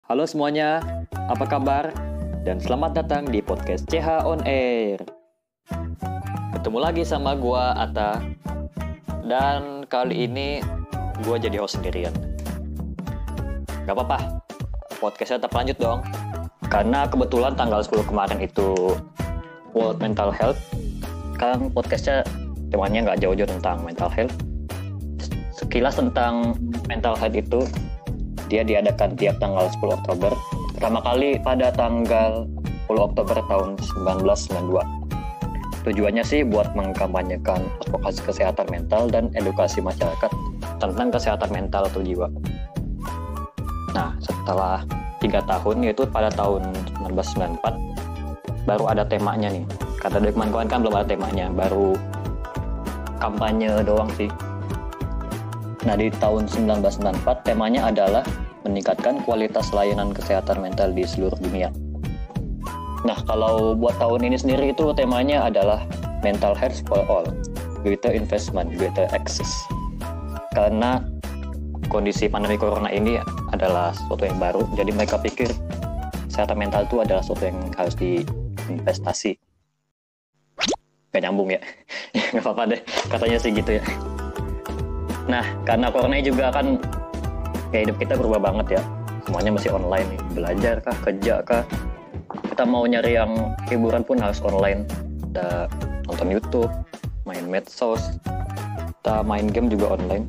Halo semuanya, apa kabar? Dan selamat datang di podcast CH On Air. Ketemu lagi sama gua Atta. Dan kali ini gua jadi host sendirian. Gak apa-apa, podcastnya tetap lanjut dong. Karena kebetulan tanggal 10 kemarin itu World Mental Health. Kan podcastnya temanya gak jauh-jauh tentang mental health. Sekilas tentang mental health itu, dia diadakan tiap tanggal 10 Oktober. Pertama kali pada tanggal 10 Oktober tahun 1992. Tujuannya sih buat mengkampanyekan advokasi kesehatan mental dan edukasi masyarakat tentang kesehatan mental atau jiwa. Nah, setelah 3 tahun, yaitu pada tahun 1994, baru ada temanya nih. Kata dari kemarin kan belum ada temanya, baru kampanye doang sih. Nah, di tahun 1994 temanya adalah meningkatkan kualitas layanan kesehatan mental di seluruh dunia. Nah, kalau buat tahun ini sendiri itu temanya adalah Mental Health for All, Greater Investment, Greater Access. Karena kondisi pandemi corona ini adalah sesuatu yang baru, jadi mereka pikir kesehatan mental itu adalah sesuatu yang harus diinvestasi. Gak nyambung ya? Gak apa-apa deh, katanya sih gitu ya. Nah, karena corona juga kan kayak hidup kita berubah banget ya. Semuanya masih online nih. Belajar kah, kerja kah. Kita mau nyari yang hiburan pun harus online. Kita nonton YouTube, main medsos, kita main game juga online.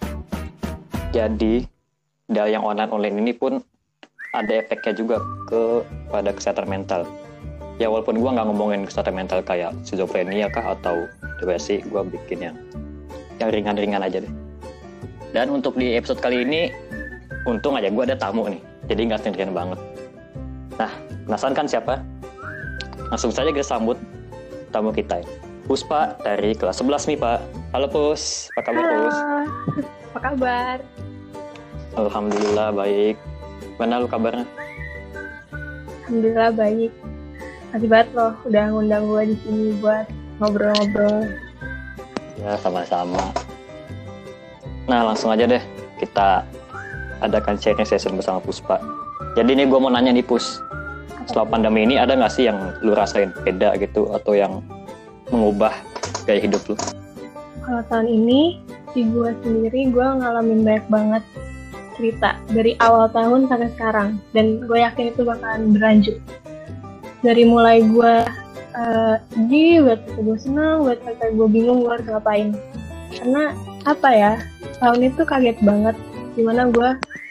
Jadi, dari yang online ini pun ada efeknya juga pada kesehatan mental. Ya walaupun gue nggak ngomongin kesehatan mental kayak schizophrenia kah atau depresi, gue bikin yang ringan-ringan aja deh. Dan untuk di episode kali ini, untung aja gue ada tamu nih, jadi nggak sendirian banget. Nah, penasaran kan siapa? Langsung saja kita sambut tamu kita, Puspa dari kelas 11 MIPA. Halo Pus, apa kabar Pus? Apa kabar? Alhamdulillah baik. Mana lu kabarnya? Alhamdulillah baik. Makasih banget loh udah ngundang gue di sini buat ngobrol-ngobrol. Ya, sama-sama. Nah, langsung aja deh kita adakan sharing session bersama Puspa. Jadi ini gue mau nanya nih Pus, setelah pandemi ini ada nggak sih yang lu rasain beda gitu atau yang mengubah gaya hidup lu? Kalau tahun ini, di gue sendiri gue ngalamin banyak banget cerita dari awal tahun sampai sekarang. Dan gue yakin itu bakalan berlanjut. Dari mulai gue sedih, buat gue senang, buat gue bingung gue harus ngapain. Karena apa ya, tahun itu kaget banget dimana gue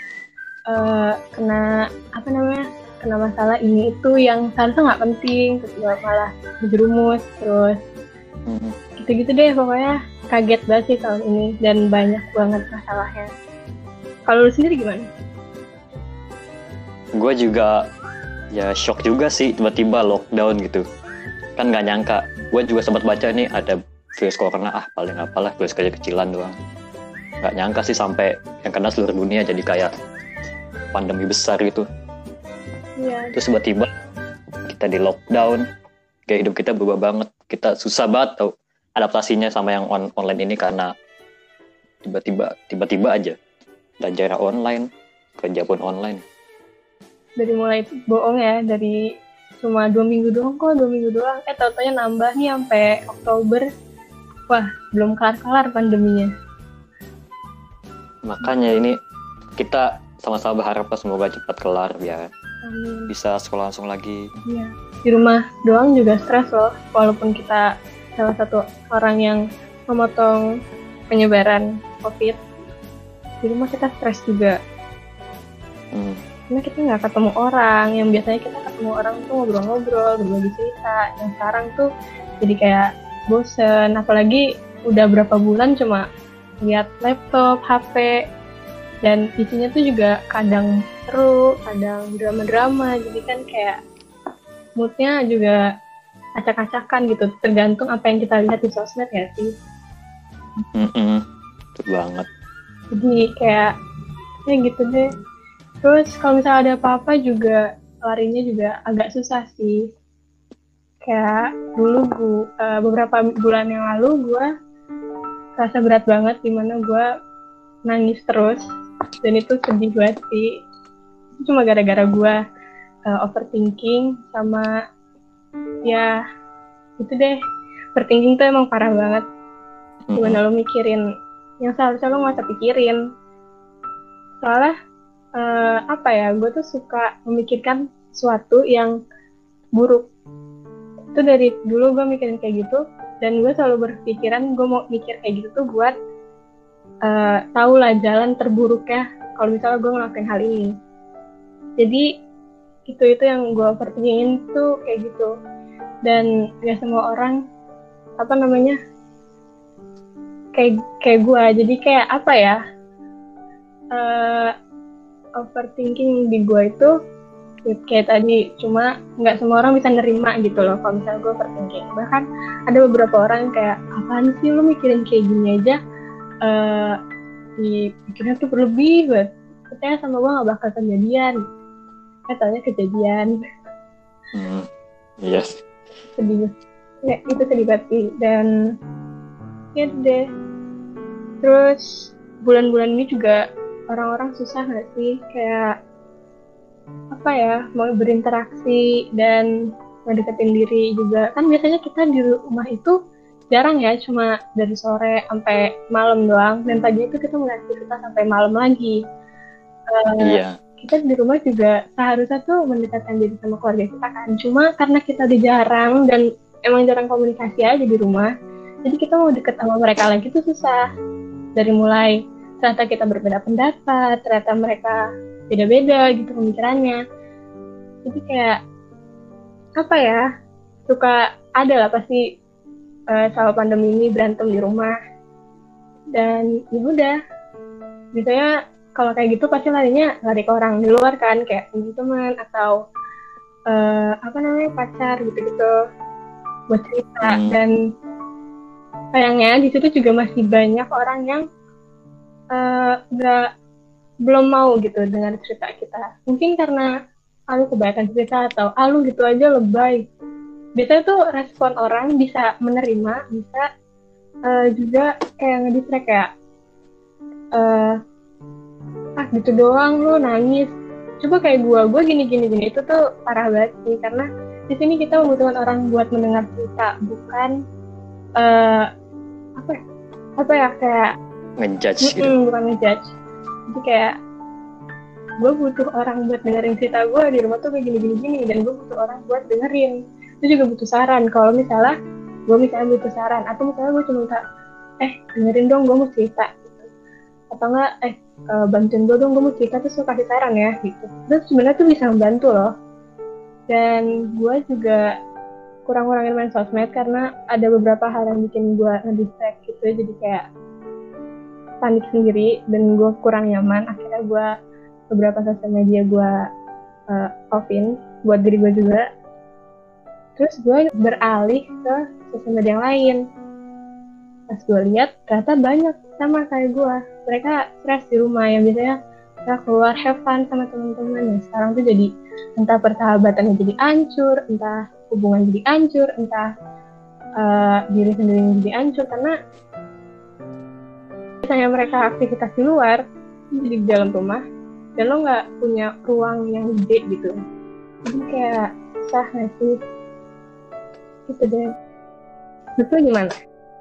kena masalah ini itu yang seharusnya nggak penting, terus gue malah berjerumus terus gitu-gitu deh. Pokoknya kaget banget sih tahun ini dan banyak banget masalahnya. Kalau lu sendiri gimana? Gue juga ya shock juga sih, tiba-tiba lockdown gitu kan, nggak nyangka. Gue juga sempat baca nih ada virus corona, paling apalah virus kecil-kecilan doang. Nggak nyangka sih sampai yang kena seluruh dunia, jadi kayak pandemi besar gitu. Iya. Terus tiba-tiba kita di lockdown, kayak hidup kita berubah banget. Kita susah banget tau adaptasinya sama yang online ini karena tiba-tiba aja belajar online, kerja pun online. Dari mulai bohong ya, dari cuma 2 minggu doang kok, 2 minggu doang. Tau-taunya nambah nih sampai Oktober. Wah, belum kelar-kelar pandeminya. Makanya ini kita sama-sama berharap semoga cepat kelar biar Amin. bisa sekolah langsung lagi. Iya. Di rumah doang juga stres loh, walaupun kita salah satu orang yang memotong penyebaran COVID. Di rumah kita stres juga. Karena kita nggak ketemu orang, yang biasanya kita ketemu orang tuh ngobrol-ngobrol, berbagi cerita. Yang sekarang tuh jadi kayak bosen, apalagi udah berapa bulan cuma lihat laptop, HP, dan isinya tuh juga kadang seru, kadang drama-drama, jadi kan kayak moodnya juga acak-acakan gitu, tergantung apa yang kita lihat di sosmed ya sih. Betul banget. Jadi kayak ya gitu deh. Terus kalau misalnya ada apa-apa juga larinya juga agak susah sih. Kayak dulu beberapa bulan yang lalu gue rasa berat banget dimana gue nangis terus dan itu sedih banget sih. Itu cuma gara-gara gue overthinking sama ya itu deh. Overthinking tuh emang parah banget. Gimana lo mikirin yang seharusnya lo nggak usah pikirin. Soalnya gue tuh suka memikirkan sesuatu yang buruk. Itu dari dulu gue mikirin kayak gitu, dan gue selalu berpikiran gue mau mikir kayak gitu tuh buat tahu lah jalan terburuknya kalau misalnya gue ngelakuin hal ini. Jadi itu yang gue overthinkingin tuh kayak gitu. Dan gak semua orang kayak gue. Jadi kayak overthinking di gue itu kayak tadi, cuma nggak semua orang bisa nerima gitu loh kalau misalnya gue overthinking. Bahkan ada beberapa orang yang kayak, apaan sih lo mikirin kayak gini aja, pikirnya tuh berlebih banget, percaya sama gue gak bakal kejadian. Katanya kejadian. Yes. Sedih. Ya, itu sedih banget sih. Dan ya deh, terus bulan-bulan ini juga orang-orang susah gak sih kayak mau berinteraksi dan ngedeketin diri juga. Kan biasanya kita di rumah itu jarang ya, cuma dari sore sampai malam doang, dan pagi itu kita mulai aktivitas sampai malam lagi. Iya. Kita di rumah juga seharusnya tuh mendekatkan diri sama keluarga kita kan, cuma karena kita udah jarang dan emang jarang komunikasi aja di rumah, jadi kita mau deket sama mereka lagi tuh susah. Dari mulai ternyata kita berbeda pendapat, ternyata mereka beda-beda gitu pemikirannya. Jadi kayak suka ada lah pasti selama pandemi ini berantem di rumah. Dan ya udah, biasanya kalau kayak gitu pasti larinya lari ke orang di luar kan, kayak teman atau pacar gitu-gitu buat cerita. Dan sayangnya di situ juga masih banyak orang yang belum mau gitu dengar cerita kita. Mungkin karena kebanyakan cerita atau gitu aja lebay. Biasanya tuh respon orang bisa menerima, bisa juga kayak ngedistract kayak gitu doang lu nangis. Coba kayak gue gini itu tuh parah banget sih, karena di sini kita membutuhkan orang buat mendengar cerita, bukan kayak ngejudge gitu. Bukan ngejudge. Jadi kayak gue butuh orang buat dengerin cerita gue di rumah tuh kayak gini, dan gue butuh orang buat dengerin. Itu juga butuh saran. Kalau misalnya gue butuh saran, atau misalnya gue cuma minta dengerin dong, gue mau cerita gitu. Atau enggak bantuin gue dong, gue mau cerita, terus gue kasih saran ya gitu. Terus sebenarnya tuh bisa membantu loh. Dan gue juga kurang-kurangin main sosmed karena ada beberapa hal yang bikin gue ngedistract gitu. Jadi kayak panik sendiri dan gue kurang nyaman. Akhirnya gue beberapa sosial media gue offin buat diri gue juga. Terus gue beralih ke sosial media yang lain. Pas gue lihat ternyata banyak sama kayak gue, mereka stres di rumah, yang biasanya mereka keluar have fun sama teman-teman. Nah, sekarang tuh jadi entah persahabatannya jadi hancur, entah hubungan jadi hancur, entah diri sendiri jadi hancur, karena misalnya mereka aktivitas di luar, jadi di dalam rumah, dan lo nggak punya ruang yang gede gitu. Jadi kayak susah nggak sih? Gitu deh. Betul gimana?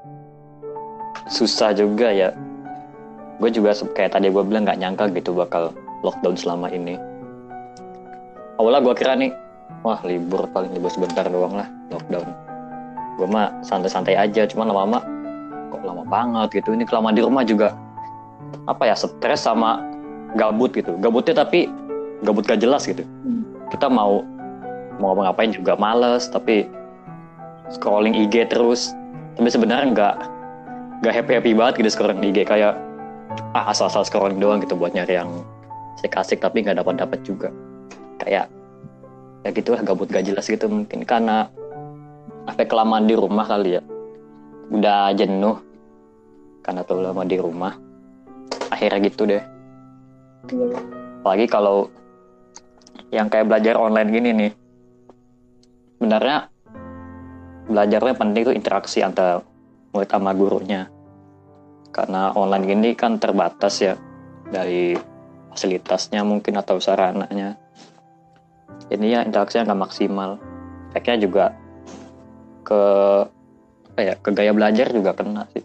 Susah juga ya. Gue juga kayak tadi gue bilang gak nyangka gitu bakal lockdown selama ini. Awalnya gue kira nih, wah libur sebentar doang lah lockdown. Gue mah santai-santai aja, cuma lama-lama kok lama banget gitu. Ini kelamaan di rumah juga stres sama gabut gitu. Gabutnya tapi gabut gak jelas gitu. Kita mau ngapain juga males, tapi scrolling IG terus. Tapi sebenarnya gak happy banget gitu scrolling IG, kayak asal-asal scrolling doang gitu buat nyari yang asik-asik, tapi gak dapat juga. Kayak ya gitu lah, gabut gak jelas gitu. Mungkin karena kelamaan di rumah kali ya, udah jenuh karena terlalu lama di rumah, akhirnya gitu deh. Apalagi kalau yang kayak belajar online gini nih, sebenarnya belajarnya penting tuh interaksi antara murid sama gurunya. Karena online gini kan terbatas ya, dari fasilitasnya mungkin atau sarananya. Jadi ya interaksinya nggak maksimal. Efeknya juga ke ke gaya belajar juga kena sih.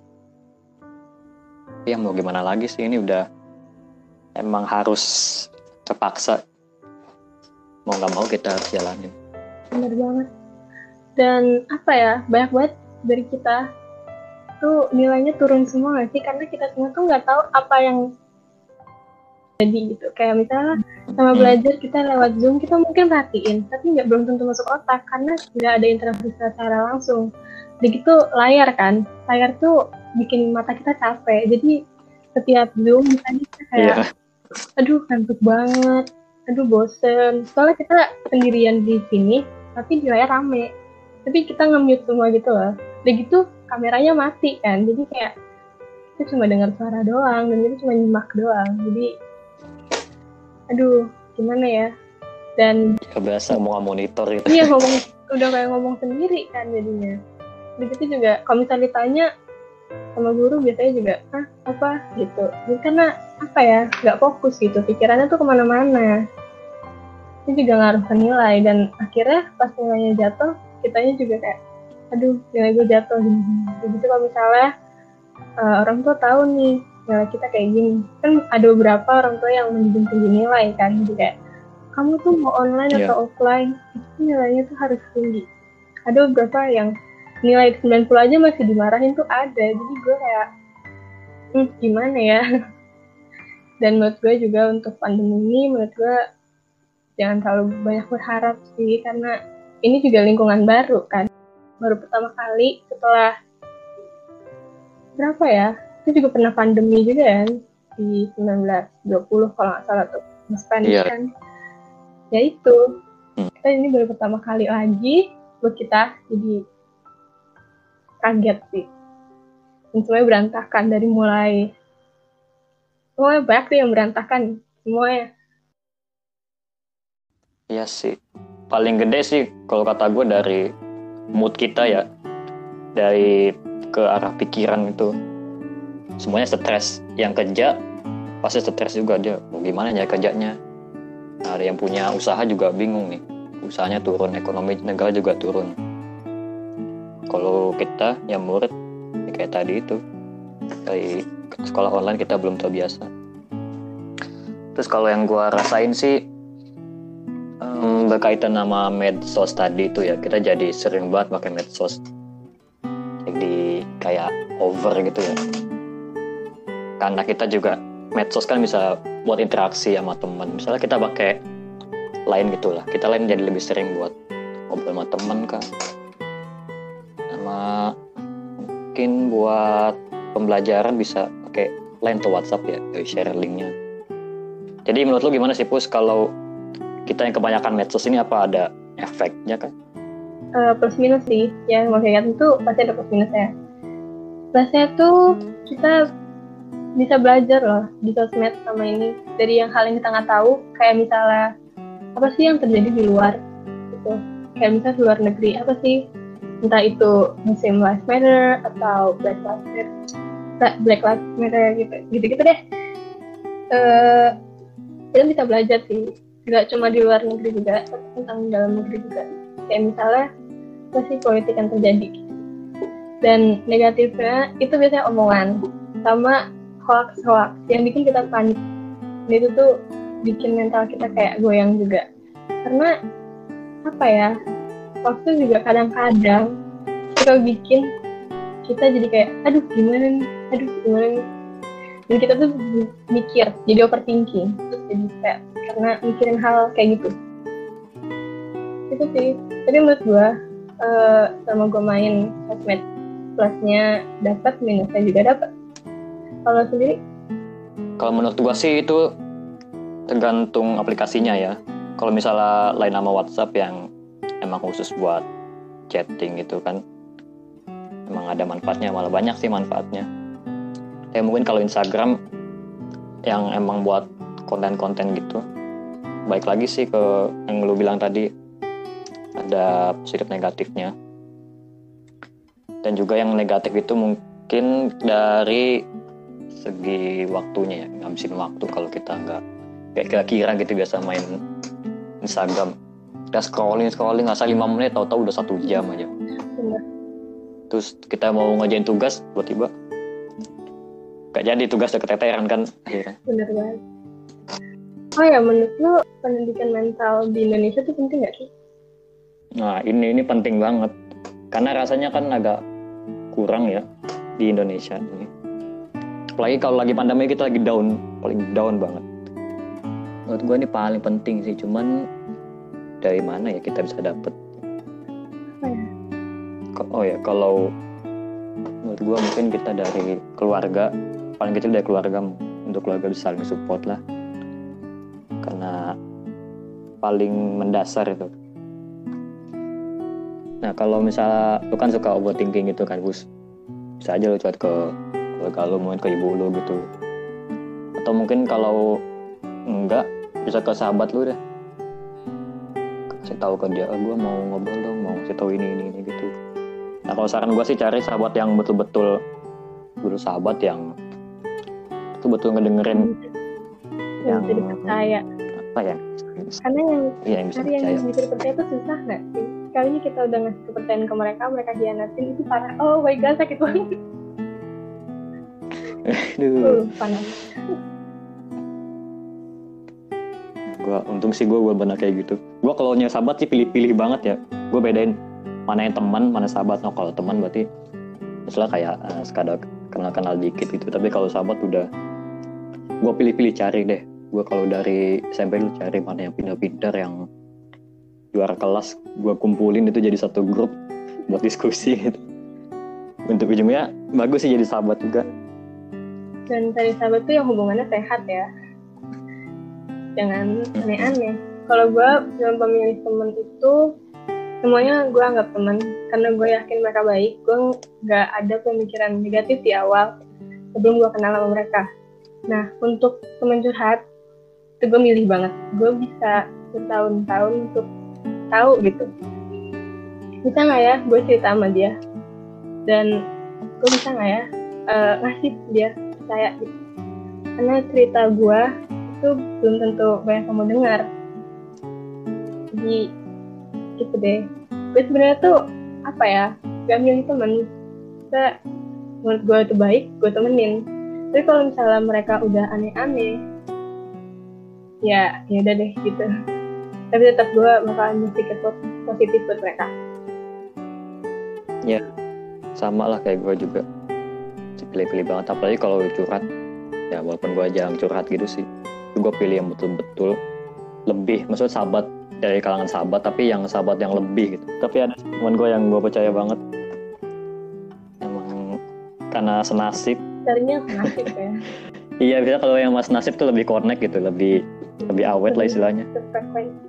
Ya mau gimana lagi sih, ini udah emang harus terpaksa, mau nggak mau kita harus jalanin. Bener banget. Dan banyak banget dari kita tuh nilainya turun semua nggak sih, karena kita semua tuh nggak tahu apa yang jadi gitu. Kayak misalnya sama belajar kita lewat Zoom, kita mungkin perhatiin, tapi belum tentu masuk otak karena nggak ada interaksi secara langsung. Begitu layar tuh bikin mata kita capek. Jadi setiap Zoom misalnya kita kayak aduh ngantuk banget, aduh bosen. Soalnya kita sendirian di sini, tapi di layar rame. Tapi kita nge-mute semua gitu loh. Begitu kameranya mati kan, jadi kayak kita cuma dengar suara doang dan kita cuma nyimak doang. Jadi aduh gimana ya. Dan kebiasa mau monitor gitu. Iya, udah kayak ngomong sendiri kan jadinya. Begitu juga kalau misalnya ditanya sama guru biasanya juga apa gitu. Jadi karena nggak fokus gitu, pikirannya tuh kemana-mana. Itu juga ngaruh ke nilai, dan akhirnya pas nilainya jatuh, kitanya juga kayak aduh nilai gue jatuh gini. Begitu kalau misalnya orang tua tahu nih nilai kita kayak gini, kan ada beberapa orang tua yang menjunjung tinggi nilai kan, jadi kayak kamu tuh mau online atau offline itu nilainya tuh harus tinggi. Ada beberapa yang nilai 90 aja masih dimarahin tuh ada. Jadi gue kayak gimana ya. Dan menurut gue juga untuk pandemi ini, menurut gue jangan terlalu banyak berharap sih, karena ini juga lingkungan baru kan, baru pertama kali setelah berapa ya, itu juga pernah pandemi juga kan di 1920 kalau nggak salah tuh, Spanish kan. Ya itu kita ini baru pertama kali lagi buat kita, jadi kaget sih. Dan semuanya berantakan dari mulai, semuanya banyak sih yang berantakan semuanya. Iya sih, paling gede sih kalau kata gue dari mood kita ya, dari ke arah pikiran itu semuanya stres. Yang kerja pasti stres juga, dia mau gimana ya kerjanya. Ada yang punya usaha juga bingung nih, usahanya turun, ekonomi negara juga turun. Kalau kita yang murid ya kayak tadi itu, dari sekolah online kita belum terbiasa. Terus kalau yang gue rasain sih berkaitan sama medsos tadi itu ya, kita jadi sering banget pakai medsos, jadi kayak over gitu ya. Karena kita juga medsos kan bisa buat interaksi sama teman. Misalnya kita pakai Line gitulah, kita Line jadi lebih sering buat ngobrol sama teman kan, sama mungkin buat pembelajaran bisa pakai Line atau WhatsApp ya, share linknya. Jadi menurut lo gimana sih Pus, kalau kita yang kebanyakan medsos ini apa ada efeknya kan? Plus minus sih, yang mau kayak itu pasti ada plus minusnya. Plusnya tuh kita bisa belajar loh di sosmed sama ini, dari yang hal yang kita nggak tahu, kayak misalnya apa sih yang terjadi di luar gitu, kayak misalnya di luar negeri apa sih, entah itu Muslim Lives Matter atau Black Lives Matter gitu deh. Kita bisa belajar sih, nggak cuma di luar negeri juga, tapi tentang dalam negeri juga. Kayak misalnya apa sih politik yang terjadi. Dan negatifnya itu biasanya omongan sama hoax yang bikin kita panik. Dan itu tuh bikin mental kita kayak goyang juga. Karena hoax itu juga kadang-kadang suka bikin kita jadi kayak aduh gimana nih. Dan kita tuh mikir, jadi overthinking. Terus jadi kayak karena mikirin hal kayak gitu. Itu sih. Tapi menurut gue sama gue main sosmed, plusnya dapat, minusnya juga dapat. Kalau sendiri? Kalau menurut gue sih itu tergantung aplikasinya ya. Kalau misalnya Line sama WhatsApp yang emang khusus buat chatting gitu kan, emang ada manfaatnya, malah banyak sih manfaatnya. Mungkin kalau Instagram yang emang buat konten-konten gitu, baik lagi sih ke yang lu bilang tadi, ada positif negatifnya. Dan juga yang negatif itu mungkin dari segi waktunya ya, ngabisin waktu kalau kita nggak kayak kira-kira gitu biasa main Instagram. Kita scrolling asal 5 menit tahu-tahu udah 1 jam aja. Bener. Terus kita mau ngerjain tugas tiba-tiba gak jadi, tugas udah keteteran kan akhirnya. Bener banget. Oh ya, menurut lu pendidikan mental di Indonesia tuh penting gak sih? Nah ini penting banget karena rasanya kan agak kurang ya di Indonesia ini. Apalagi kalau lagi pandemi kita lagi paling down banget. Menurut gue ini paling penting sih, cuman dari mana ya kita bisa dapet? Oh ya, kalau menurut gue mungkin kita dari keluarga, paling kecil dari keluarga, untuk keluarga bisa saling support lah, karena paling mendasar itu. Nah kalau misalnya lu kan suka overthinking gitu kan Gus, bisa aja lu curhat ke keluarga lu, mungkin ke ibu lu gitu, atau mungkin kalau enggak bisa ke sahabat lu deh, kasih tahu ke dia, gue mau ngobrol dong, mau kasih tahu ini gitu. Nah kalau saran gue sih cari sahabat yang betul-betul sahabat yang betul-betul ngedengerin, yang bisa dipercaya. Apa ya? Karena yang bisa dipercaya. Yang bisa dipercaya itu susah nggak sih? Kalinya kita udah ngasih kepercayaan ke mereka hianatin, itu parah. Oh my god, sakit banget. Aduh. Panas. Untung sih gue benar kayak gitu. Gue kalau punya sahabat sih pilih-pilih banget ya. Gue bedain mana yang teman, mana sahabat. Nah kalau teman berarti misalnya kayak sekadar kenal-kenal dikit gitu. Tapi kalau sahabat udah gue pilih-pilih cari deh. Gue kalau dari SMP lu cari mana yang pintar-pintar, yang juara kelas, gue kumpulin itu jadi satu grup buat diskusi gitu. Untuk ujungnya bagus sih jadi sahabat juga. Dan cari sahabat tuh yang hubungannya sehat ya, jangan aneh-aneh. Kalau gue dalam pemilih teman itu semuanya gue anggap teman, karena gue yakin mereka baik. Gue nggak ada pemikiran negatif di awal sebelum gue kenal sama mereka. Nah untuk teman curhat itu gue milih banget. Gue bisa bertahun-tahun untuk tahu gitu, bisa nggak ya gue cerita sama dia, dan gue bisa nggak ya ngasih dia percaya gitu. Karena cerita gue itu belum tentu banyak kamu dengar. Jadi gitu deh. Gue sebenarnya tuh apa ya, gak milih temen. Menurut gue itu baik, gue temenin. Tapi kalau misalnya mereka udah aneh-aneh, ya udah deh gitu. Tapi tetap gue bakalan berpikir positif buat mereka. Ya sama lah kayak gue juga, pilih-pilih banget. Apalagi kalau curhat ya, walaupun gue jarang curhat gitu sih, gue pilih yang betul-betul lebih, maksudnya sahabat dari kalangan sahabat, tapi yang sahabat yang lebih gitu. Tapi ada teman gue yang gue percaya banget, emang karena senasib. Carinya senasib ya. Iya, biasanya kalau yang mas nasib tuh lebih connect gitu, lebih awet lah istilahnya. Frekuensi.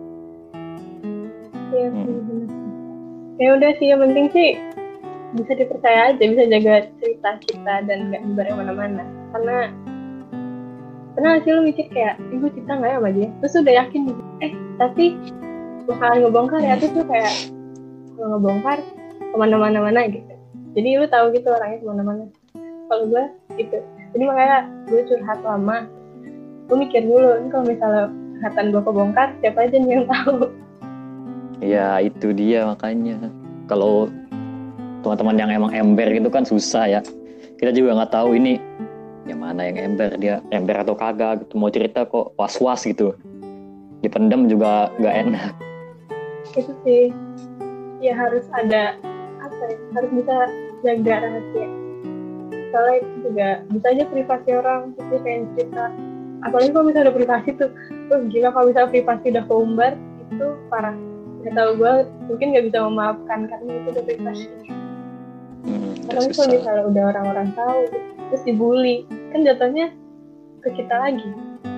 Iya, ya udah sih, yang penting sih bisa dipercaya aja, bisa jaga cerita kita dan nggak nyebar mana-mana. Karena pernah sih lu mikir kayak, gue cerita nggak ya sama dia? Terus udah yakin, tapi bakalan ngebongkar ya, terus lu kayak kalau ngebongkar kemana-mana gitu. Jadi lu tahu gitu orangnya kemana-mana. Kalau gue gitu, jadi makanya gue curhat lama. Gue mikir dulu, ini kalau misalnya curhatan gue kebongkar, siapa aja nih yang tahu? Ya itu dia makanya. Kalau teman-teman yang emang ember gitu kan susah ya. Kita juga nggak tahu ini yang mana yang ember, dia ember atau kagak gitu. Mau cerita kok was-was gitu, dipendam juga nggak enak. Itu sih, ya harus ada apa ya, harus bisa jaga rahasia. Soalnya itu juga bisa aja privasi orang, terus kayak cerita. Apalagi kalau misalnya udah privasi tuh, gila kalau misalnya privasi udah keumbar, itu parah. Gak tau, gue mungkin gak bisa memaafkan karena itu udah privasi. Karena kalau misalnya udah orang-orang tahu, terus dibully, kan jatuhnya ke kita lagi.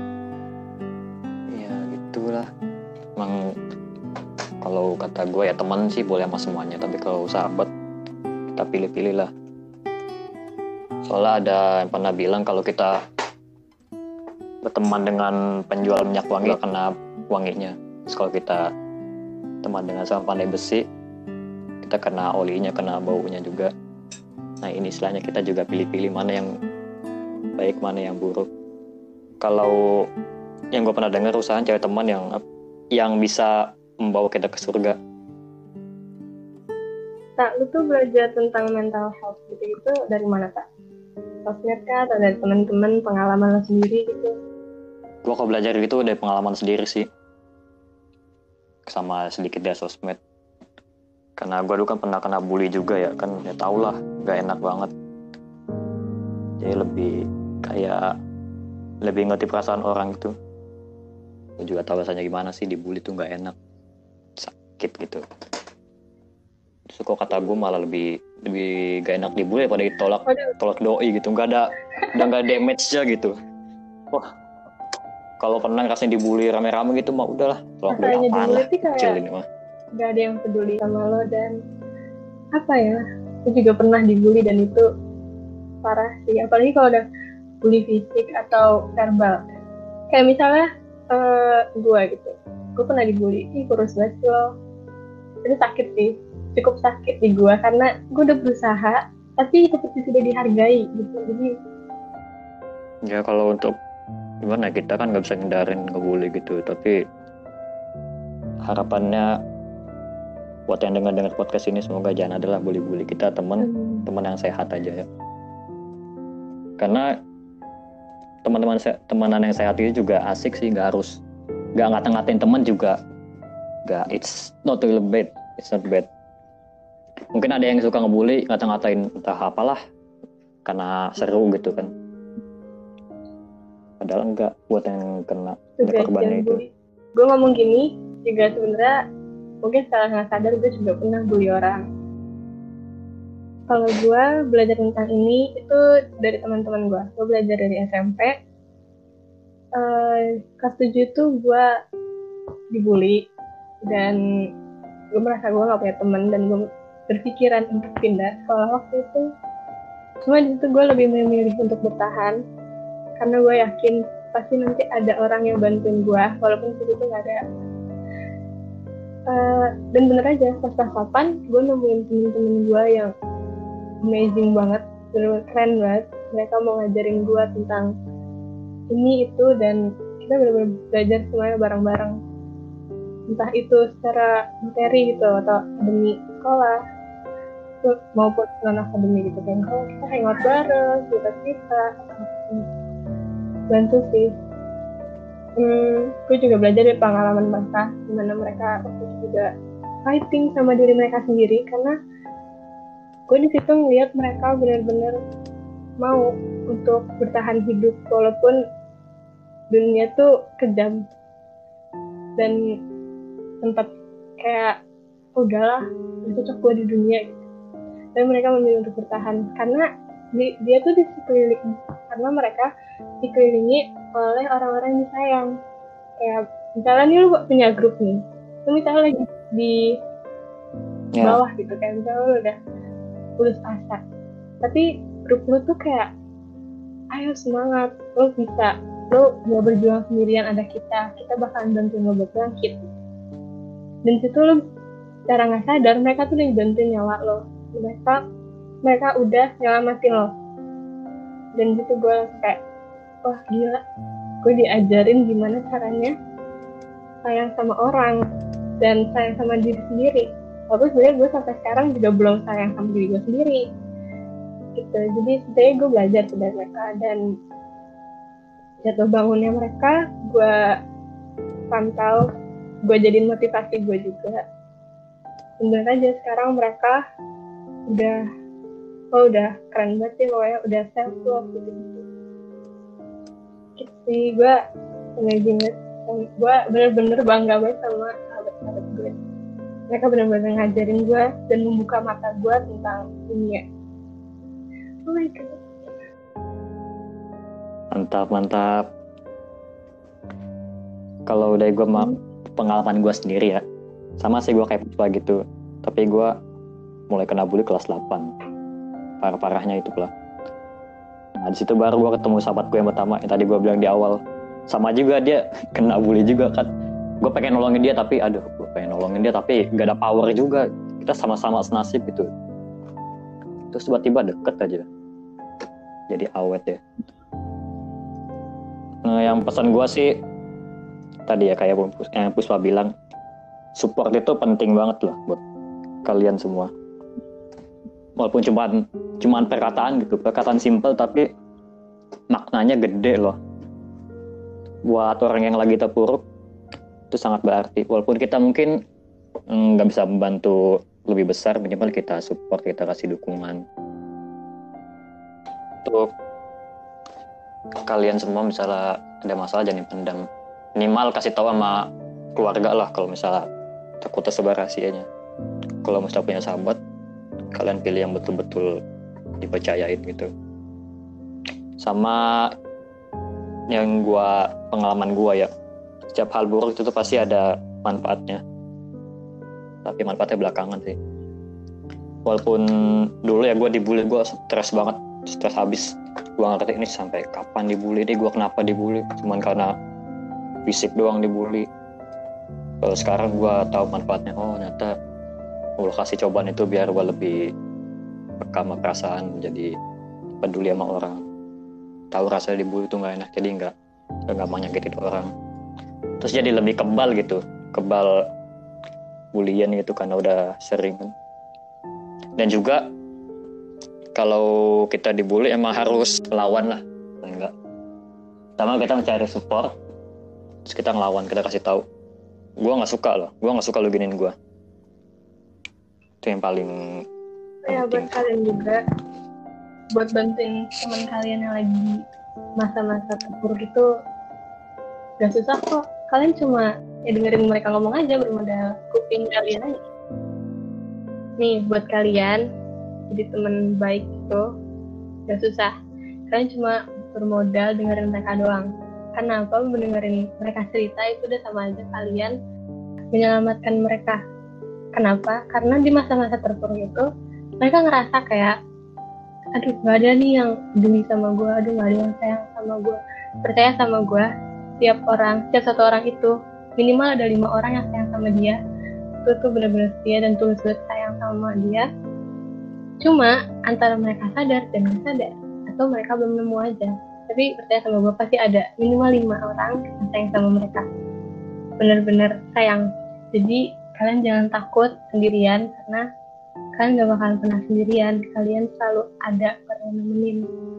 Ya gitulah. Emang kalau kata gue ya teman sih boleh sama semuanya, tapi kalau sahabat kita pilih-pilih lah. Soalnya ada yang pernah bilang kalau kita berteman dengan penjual minyak wangi kena wanginya. Terus kalau kita teman dengan sama pandai besi, kita kena olinya, kena baunya juga. Nah ini istilahnya kita juga pilih-pilih mana yang baik, mana yang buruk. Kalau yang gue pernah dengar usaha cari teman yang bisa membawa kita ke surga. Tak, lu tuh belajar tentang mental health gitu dari mana, Tak? Sosmed kah atau dari teman-teman, pengalaman lo sendiri gitu? Gue kalau belajar gitu dari pengalaman sendiri sih, sama sedikit dari sosmed. Karena gue dulu kan pernah kena bully juga ya kan, ya tau lah, gak enak banget. Jadi lebih ngerti perasaan orang itu. Gue juga tahu rasanya gimana sih dibully tuh gak enak, sakit gitu. Terus kok kata gue malah lebih gak enak dibully daripada ditolak doi gitu. Udah gak damage-nya gitu. Wah, kalau pernah rasanya dibully rame-rame gitu mah udahlah, tolak doi apaan lah, kecil ini mah. Gak ada yang peduli sama lo. Dan apa ya, gue juga pernah dibully dan itu parah sih. Apalagi kalau udah bully fisik atau verbal. Kayak misalnya gue gitu, gue pernah dibully, kurus banget lo. Itu sakit sih, cukup sakit di gue karena gue udah berusaha tapi seperti tidak dihargai gitu. Jadi ya kalau untuk gimana, kita kan nggak bisa ngindarin ngebully gitu, tapi harapannya buat yang dengar podcast ini semoga jangan adalah bully-bully kita, teman yang sehat aja ya. Karena temenan yang sehat itu juga asik sih, nggak ngata-ngatain teman juga, nggak, it's not really bad, it's not bad. Mungkin ada yang suka ngebully, ngata-ngatain entah apalah karena seru gitu kan, padahal enggak, buat yang kena korbannya itu. Gue ngomong gini juga sebenarnya mungkin secara nggak sadar gue juga pernah bully orang. Kalau gue belajar tentang ini itu dari teman-teman gue. Gue belajar dari SMP. Kelas 7 itu gue dibully dan gue merasa gue gak punya teman dan gue berpikiran untuk pindah sekolah waktu itu. Cuma di situ gue lebih memilih untuk bertahan karena gue yakin pasti nanti ada orang yang bantuin gue walaupun di situ nggak ada. Dan bener aja pas kelas 8 gue nemuin temen-temen gue yang amazing banget, bener-bener keren banget. Mereka mau ngajarin gue tentang ini itu dan kita bener-bener belajar semuanya bareng-bareng, entah itu secara materi gitu atau akademi sekolah maupun non akademi gitu kan. Kalau kita hangout bareng, kita bantu sih. Gue juga belajar dari pengalaman mereka, gimana mereka juga fighting sama diri mereka sendiri, karena gue di situ ngeliat mereka benar-benar mau untuk bertahan hidup walaupun dunia tuh kejam dan sempat kayak udahlah, cocok gue di dunia gitu. Dan mereka memilih untuk bertahan karena dia tuh karena mereka dikelilingi oleh orang-orang yang disayang. Kayak misalnya nih lu punya grup nih, lu misalnya lagi di bawah gitu, kayak misalnya lu udah putus asa, tapi grup lu tuh kayak ayo semangat, lu bisa, lu gak berjuang sendirian, ada kita bakalan bantuin lo buat bangkit. Dan situ lu secara nggak sadar mereka tuh udah bantuin nyawa lo, mereka udah nyelamatin lo. Dan situ gue kayak wah gila, gue diajarin gimana caranya sayang sama orang dan sayang sama diri sendiri. Walaupun sebenarnya gue sampai sekarang juga belum sayang sama diri gue sendiri gitu. Jadi sebenarnya gue belajar dari mereka dan jatuh bangunnya mereka gue pantau, gue jadiin motivasi gue juga. Bener aja sekarang mereka udah keren banget sih, pokoknya udah self love gitu. Sih gue amazing banget, gue bener-bener bangga banget sama sahabat-sahabat gue. Mereka bener-bener ngajarin gue dan membuka mata gue tentang dunia. Oh my god, mantap. Kalau dari gue pengalaman gue sendiri ya, sama sih gue kayak Puspa gitu, tapi gue mulai kena bully kelas 8, parah-parahnya itu lah. Nah di situ baru gue ketemu sahabat gue yang pertama yang tadi gue bilang di awal, sama juga dia kena bully juga kan. Gue pengen nolongin dia tapi gak ada power juga, kita sama-sama senasib gitu. Terus tiba-tiba deket aja jadi awet ya. Nah yang pesan gue sih, tadi ya kayak Puspa bilang, support itu penting banget loh buat kalian semua. Walaupun cuman perkataan simple tapi maknanya gede loh. Buat orang yang lagi terpuruk itu sangat berarti. Walaupun kita mungkin nggak bisa membantu lebih besar, minimal kita support, kita kasih dukungan. Untuk kalian semua misalnya ada masalah jangan dipendam. Minimal kasih tahu sama keluarga lah kalau misalnya takut tersebar rahasianya. Kalau misalnya punya sahabat, kalian pilih yang betul-betul dipercayain gitu. Sama yang pengalaman gua ya, setiap hal buruk itu tuh pasti ada manfaatnya. Tapi manfaatnya belakangan sih. Walaupun dulu ya gua dibully, gua stres habis. Gua ngerti ini sampai kapan dibully deh, gua kenapa dibully? Cuman karena fisik doang dibully. Kalau sekarang gua tahu manfaatnya, oh ternyata Allah kasih cobaan itu biar gua lebih peka sama perasaan, jadi peduli sama orang. Tahu rasanya dibully itu nggak enak, jadi nggak gampang nyakitin orang. Terus jadi lebih kebal bulian gitu karena udah sering kan. Dan juga kalau kita dibully emang harus melawan lah, enggak? Pertama kita mencari support, terus kita ngelawan, kita kasih tahu, gue nggak suka lo giniin gue. Itu yang paling ya buat kalian juga, buat bantuin teman kalian yang lagi masa-masa terpuruk itu gak susah kok. Kalian cuma dengerin mereka ngomong aja, bermodal kuping kalian aja. Nih buat kalian jadi teman baik itu gak susah. Kalian cuma bermodal dengerin mereka doang. Kenapa mendengarin mereka cerita itu udah sama aja kalian menyelamatkan mereka. Kenapa? Karena di masa-masa terpuruk itu mereka ngerasa kayak, aduh gak ada nih yang peduli sama gue, aduh gak ada yang sayang sama gue. Percaya sama gue, setiap satu orang itu minimal ada 5 orang yang sayang sama dia. Itu tuh benar-benar setia dan tulus sayang sama dia. Cuma antara mereka sadar dan gak sadar, atau mereka belum nemu aja. Tapi percaya sama gue, pasti ada minimal 5 orang yang sayang sama mereka, benar-benar sayang. Jadi kalian jangan takut sendirian, karena kalian gak bakalan pernah sendirian. Kalian selalu ada orang yang nemenin.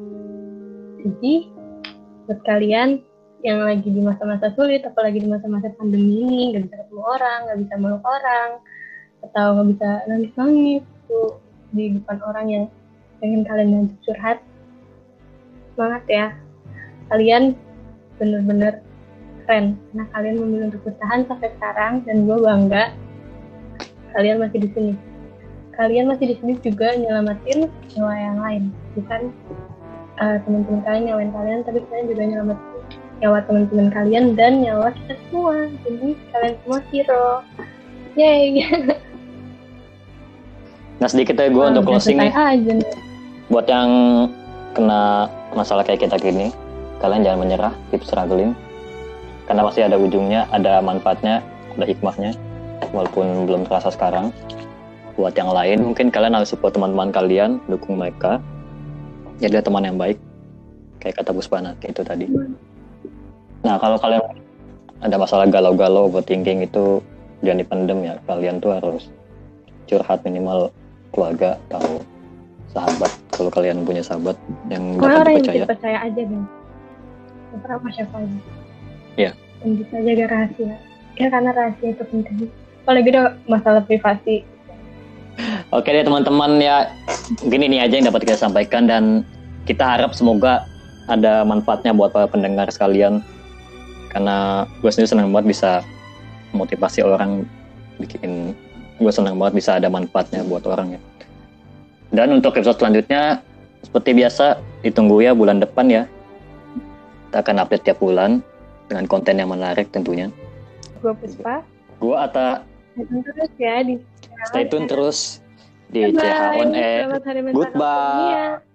Jadi buat kalian yang lagi di masa-masa sulit, apalagi di masa-masa pandemi ini, gak bisa ketemu orang, gak bisa meluk orang, atau gak bisa nangis-nangis tuh di depan orang yang pengen kalian curhat, semangat ya. Kalian bener-bener keren karena kalian memilih untuk bertahan sampai sekarang, dan gue bangga kalian masih di sini. Kalian masih di sini juga nyelamatin nyawa yang lain, bukan teman-teman kalian nyalain kalian, tapi kalian juga nyelamatin nyawa teman-teman kalian dan nyawa kita semua. Jadi kalian semua hero. Yay. Nah sedikit aja gue untuk closing nih. Buat yang kena masalah kayak kita gini, kalian jangan menyerah, keep struggling. Karena pasti ada ujungnya, ada manfaatnya, ada hikmahnya. Walaupun belum terasa sekarang. Buat yang lain, mungkin kalian harus support teman-teman kalian, dukung mereka. Jadi teman yang baik. Kayak kata Puspa itu tadi. Nah kalau kalian ada masalah galau-galau, overthinking itu jangan dipendem ya. Kalian tuh harus curhat minimal keluarga atau sahabat, kalau kalian punya sahabat yang dapat dipercaya. Yang percaya aja deh. Terserah sama siapa aja. Iya. Dan bisa jaga rahasia. Ya karena rahasia itu penting. Apalagi ada masalah privasi. Oke deh teman-teman ya. Gini nih aja yang dapat kita sampaikan, dan kita harap semoga ada manfaatnya buat para pendengar sekalian. Karena gue sendiri senang banget bisa motivasi orang, gue senang banget bisa ada manfaatnya buat orang ya. Dan untuk episode selanjutnya seperti biasa ditunggu ya bulan depan ya. Kita akan update tiap bulan dengan konten yang menarik tentunya. Gue Puspa. Gue Atta. Stay tune terus ya di CH On Air. Goodbye.